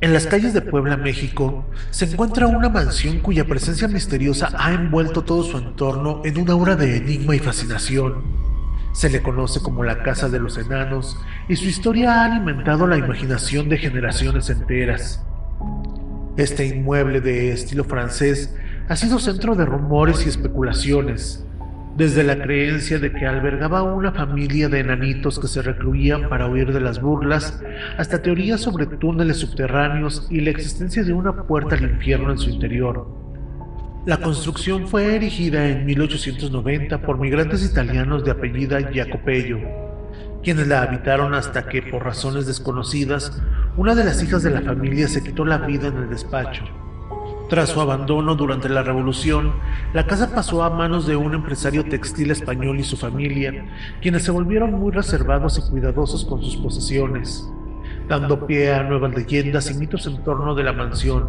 En las calles de Puebla, México, se encuentra una mansión cuya presencia misteriosa ha envuelto todo su entorno en un aura de enigma y fascinación. Se le conoce como la Casa de los Enanos y su historia ha alimentado la imaginación de generaciones enteras. Este inmueble de estilo francés ha sido centro de rumores y especulaciones, desde la creencia de que albergaba una familia de enanitos que se recluían para huir de las burlas, hasta teorías sobre túneles subterráneos y la existencia de una puerta al infierno en su interior. La construcción fue erigida en 1890 por migrantes italianos de apellido Jacopello, quienes la habitaron hasta que, por razones desconocidas, una de las hijas de la familia se quitó la vida en el despacho. Tras su abandono durante la Revolución, la casa pasó a manos de un empresario textil español y su familia, quienes se volvieron muy reservados y cuidadosos con sus posesiones, dando pie a nuevas leyendas y mitos en torno de la mansión.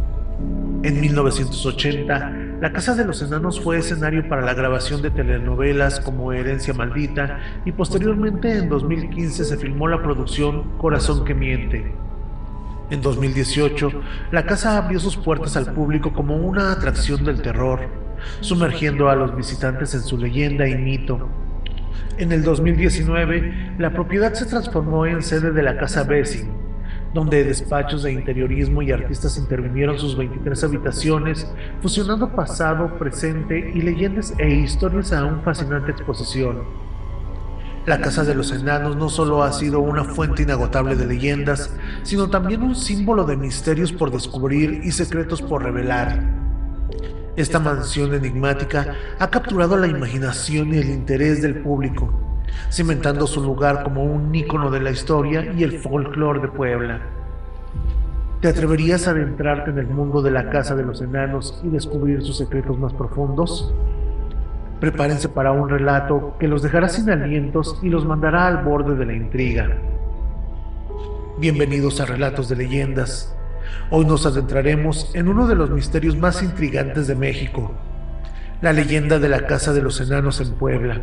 En 1980, la Casa de los Enanos fue escenario para la grabación de telenovelas como Herencia Maldita y posteriormente en 2015 se filmó la producción Corazón que Miente. En 2018, la casa abrió sus puertas al público como una atracción del terror, sumergiendo a los visitantes en su leyenda y mito. En el 2019, la propiedad se transformó en sede de la Casa Bessing, donde despachos de interiorismo y artistas intervinieron sus 23 habitaciones, fusionando pasado, presente y leyendas e historias a una fascinante exposición. La Casa de los Enanos no solo ha sido una fuente inagotable de leyendas, sino también un símbolo de misterios por descubrir y secretos por revelar. Esta mansión enigmática ha capturado la imaginación y el interés del público, cimentando su lugar como un ícono de la historia y el folclore de Puebla. ¿Te atreverías a adentrarte en el mundo de la Casa de los Enanos y descubrir sus secretos más profundos? Prepárense para un relato que los dejará sin alientos y los mandará al borde de la intriga. Bienvenidos a Relatos de Leyendas. Hoy nos adentraremos en uno de los misterios más intrigantes de México, la leyenda de la Casa de los Enanos en Puebla.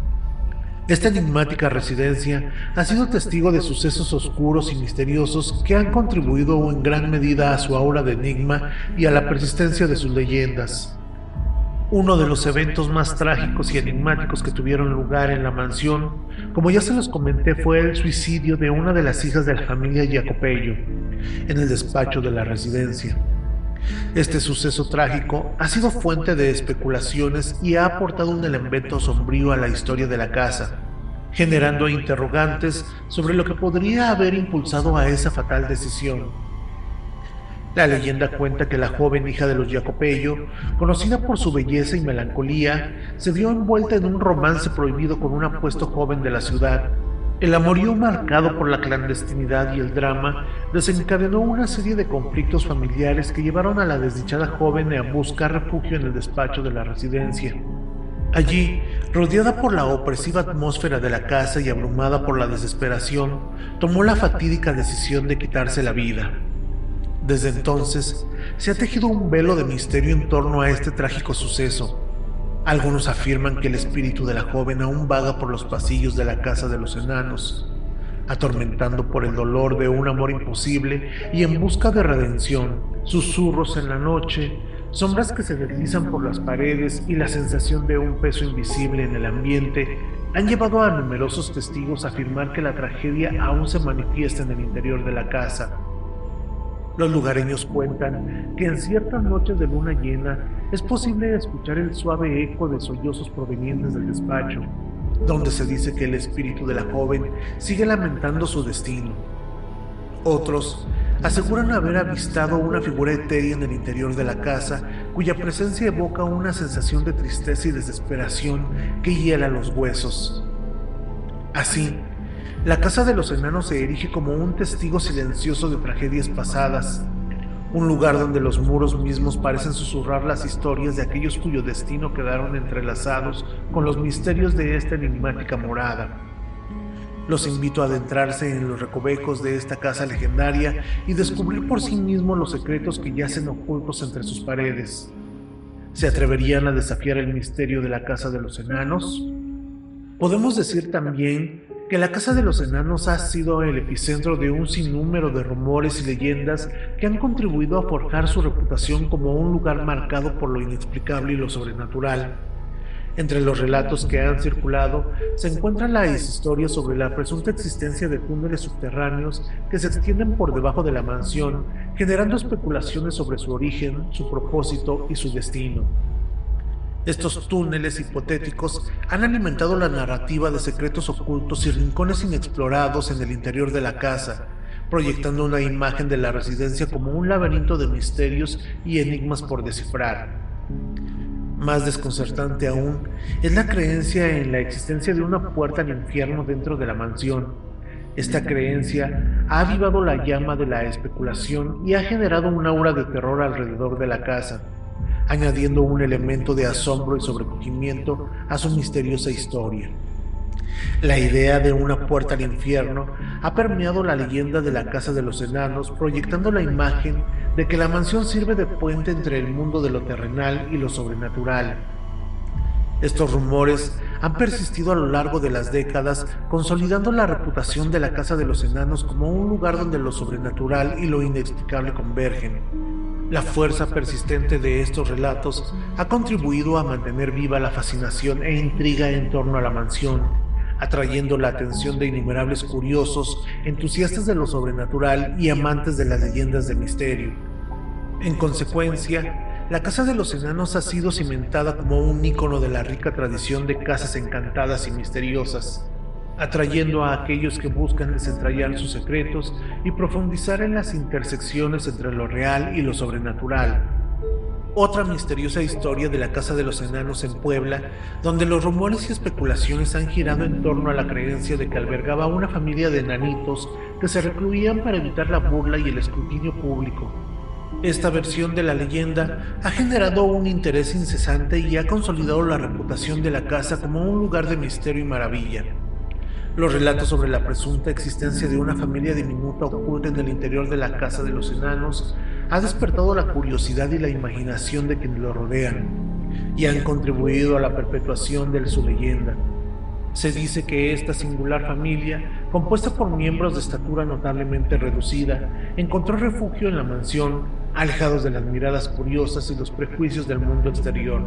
Esta enigmática residencia ha sido testigo de sucesos oscuros y misteriosos que han contribuido en gran medida a su aura de enigma y a la persistencia de sus leyendas. Uno de los eventos más trágicos y enigmáticos que tuvieron lugar en la mansión, como ya se los comenté, fue el suicidio de una de las hijas de la familia Jacopello, en el despacho de la residencia. Este suceso trágico ha sido fuente de especulaciones y ha aportado un elemento sombrío a la historia de la casa, generando interrogantes sobre lo que podría haber impulsado a esa fatal decisión. La leyenda cuenta que la joven hija de los Jacopello, conocida por su belleza y melancolía, se vio envuelta en un romance prohibido con un apuesto joven de la ciudad. El amorío, marcado por la clandestinidad y el drama, desencadenó una serie de conflictos familiares que llevaron a la desdichada joven a buscar refugio en el despacho de la residencia. Allí, rodeada por la opresiva atmósfera de la casa y abrumada por la desesperación, tomó la fatídica decisión de quitarse la vida. Desde entonces, se ha tejido un velo de misterio en torno a este trágico suceso. Algunos afirman que el espíritu de la joven aún vaga por los pasillos de la Casa de los Enanos, atormentando por el dolor de un amor imposible y en busca de redención. Susurros en la noche, sombras que se deslizan por las paredes y la sensación de un peso invisible en el ambiente han llevado a numerosos testigos a afirmar que la tragedia aún se manifiesta en el interior de la casa. Los lugareños cuentan que en ciertas noches de luna llena es posible escuchar el suave eco de sollozos provenientes del despacho, donde se dice que el espíritu de la joven sigue lamentando su destino. Otros aseguran haber avistado una figura etérea en el interior de la casa, cuya presencia evoca una sensación de tristeza y desesperación que hiela los huesos. Así, la Casa de los Enanos se erige como un testigo silencioso de tragedias pasadas, un lugar donde los muros mismos parecen susurrar las historias de aquellos cuyo destino quedaron entrelazados con los misterios de esta enigmática morada. Los invito a adentrarse en los recovecos de esta casa legendaria y descubrir por sí mismos los secretos que yacen ocultos entre sus paredes. ¿Se atreverían a desafiar el misterio de la Casa de los Enanos? Podemos decir también que la Casa de los Enanos ha sido el epicentro de un sinnúmero de rumores y leyendas que han contribuido a forjar su reputación como un lugar marcado por lo inexplicable y lo sobrenatural. Entre los relatos que han circulado se encuentran las historias sobre la presunta existencia de túneles subterráneos que se extienden por debajo de la mansión, generando especulaciones sobre su origen, su propósito y su destino. Estos túneles hipotéticos han alimentado la narrativa de secretos ocultos y rincones inexplorados en el interior de la casa, proyectando una imagen de la residencia como un laberinto de misterios y enigmas por descifrar. Más desconcertante aún es la creencia en la existencia de una puerta al infierno dentro de la mansión. Esta creencia ha avivado la llama de la especulación y ha generado un aura de terror alrededor de la casa, añadiendo un elemento de asombro y sobrecogimiento a su misteriosa historia. La idea de una puerta al infierno ha permeado la leyenda de la Casa de los Enanos, proyectando la imagen de que la mansión sirve de puente entre el mundo de lo terrenal y lo sobrenatural. Estos rumores han persistido a lo largo de las décadas, consolidando la reputación de la Casa de los Enanos como un lugar donde lo sobrenatural y lo inexplicable convergen. La fuerza persistente de estos relatos ha contribuido a mantener viva la fascinación e intriga en torno a la mansión, atrayendo la atención de innumerables curiosos, entusiastas de lo sobrenatural y amantes de las leyendas de misterio. En consecuencia, la Casa de los Enanos ha sido cimentada como un ícono de la rica tradición de casas encantadas y misteriosas, atrayendo a aquellos que buscan desentrañar sus secretos y profundizar en las intersecciones entre lo real y lo sobrenatural. Otra misteriosa historia de la Casa de los Enanos en Puebla, donde los rumores y especulaciones han girado en torno a la creencia de que albergaba una familia de enanitos que se recluían para evitar la burla y el escrutinio público. Esta versión de la leyenda ha generado un interés incesante y ha consolidado la reputación de la casa como un lugar de misterio y maravilla. Los relatos sobre la presunta existencia de una familia diminuta oculta en el interior de la Casa de los Enanos ha despertado la curiosidad y la imaginación de quienes lo rodean, y han contribuido a la perpetuación de su leyenda. Se dice que esta singular familia, compuesta por miembros de estatura notablemente reducida, encontró refugio en la mansión, alejados de las miradas curiosas y los prejuicios del mundo exterior.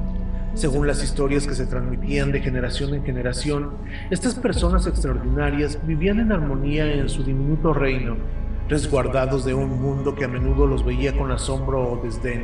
Según las historias que se transmitían de generación en generación, estas personas extraordinarias vivían en armonía en su diminuto reino, resguardados de un mundo que a menudo los veía con asombro o desdén.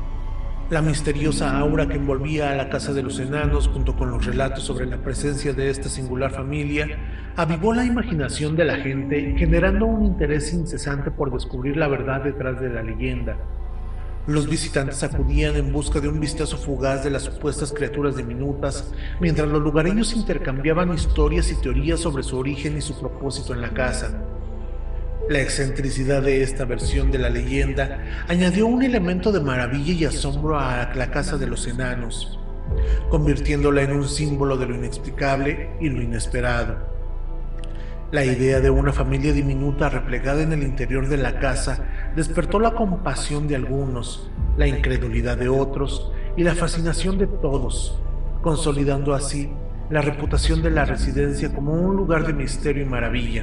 La misteriosa aura que envolvía a la Casa de los Enanos, junto con los relatos sobre la presencia de esta singular familia, avivó la imaginación de la gente, generando un interés incesante por descubrir la verdad detrás de la leyenda. Los visitantes acudían en busca de un vistazo fugaz de las supuestas criaturas diminutas, mientras los lugareños intercambiaban historias y teorías sobre su origen y su propósito en la casa. La excentricidad de esta versión de la leyenda añadió un elemento de maravilla y asombro a la Casa de los Enanos, convirtiéndola en un símbolo de lo inexplicable y lo inesperado. La idea de una familia diminuta replegada en el interior de la casa despertó la compasión de algunos, la incredulidad de otros y la fascinación de todos, consolidando así la reputación de la residencia como un lugar de misterio y maravilla.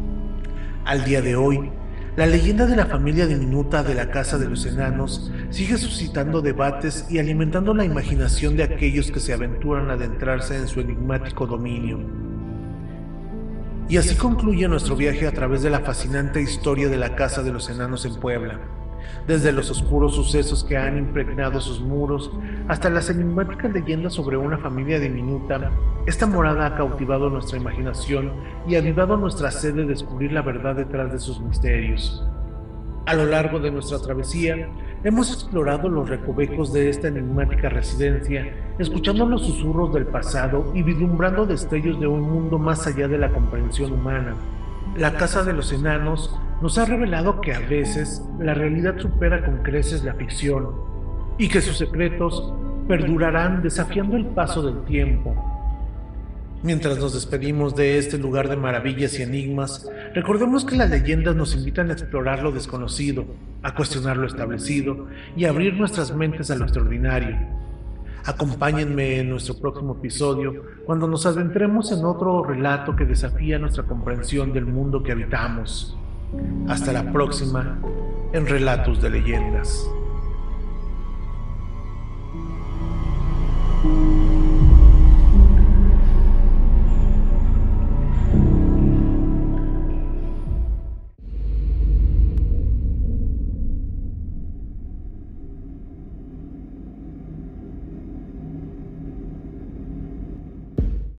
Al día de hoy, la leyenda de la familia diminuta de la Casa de los Enanos sigue suscitando debates y alimentando la imaginación de aquellos que se aventuran a adentrarse en su enigmático dominio. Y así concluye nuestro viaje a través de la fascinante historia de la Casa de los Enanos en Puebla, desde los oscuros sucesos que han impregnado sus muros hasta las enigmáticas leyendas sobre una familia diminuta. Esta morada ha cautivado nuestra imaginación y avivado nuestra sed de descubrir la verdad detrás de sus misterios. A lo largo de nuestra travesía, hemos explorado los recovecos de esta enigmática residencia, escuchando los susurros del pasado y vislumbrando destellos de un mundo más allá de la comprensión humana. La Casa de los Enanos nos ha revelado que a veces la realidad supera con creces la ficción y que sus secretos perdurarán desafiando el paso del tiempo. Mientras nos despedimos de este lugar de maravillas y enigmas, recordemos que las leyendas nos invitan a explorar lo desconocido, a cuestionar lo establecido y a abrir nuestras mentes a lo extraordinario. Acompáñenme en nuestro próximo episodio cuando nos adentremos en otro relato que desafía nuestra comprensión del mundo que habitamos. Hasta la próxima en Relatos de Leyendas.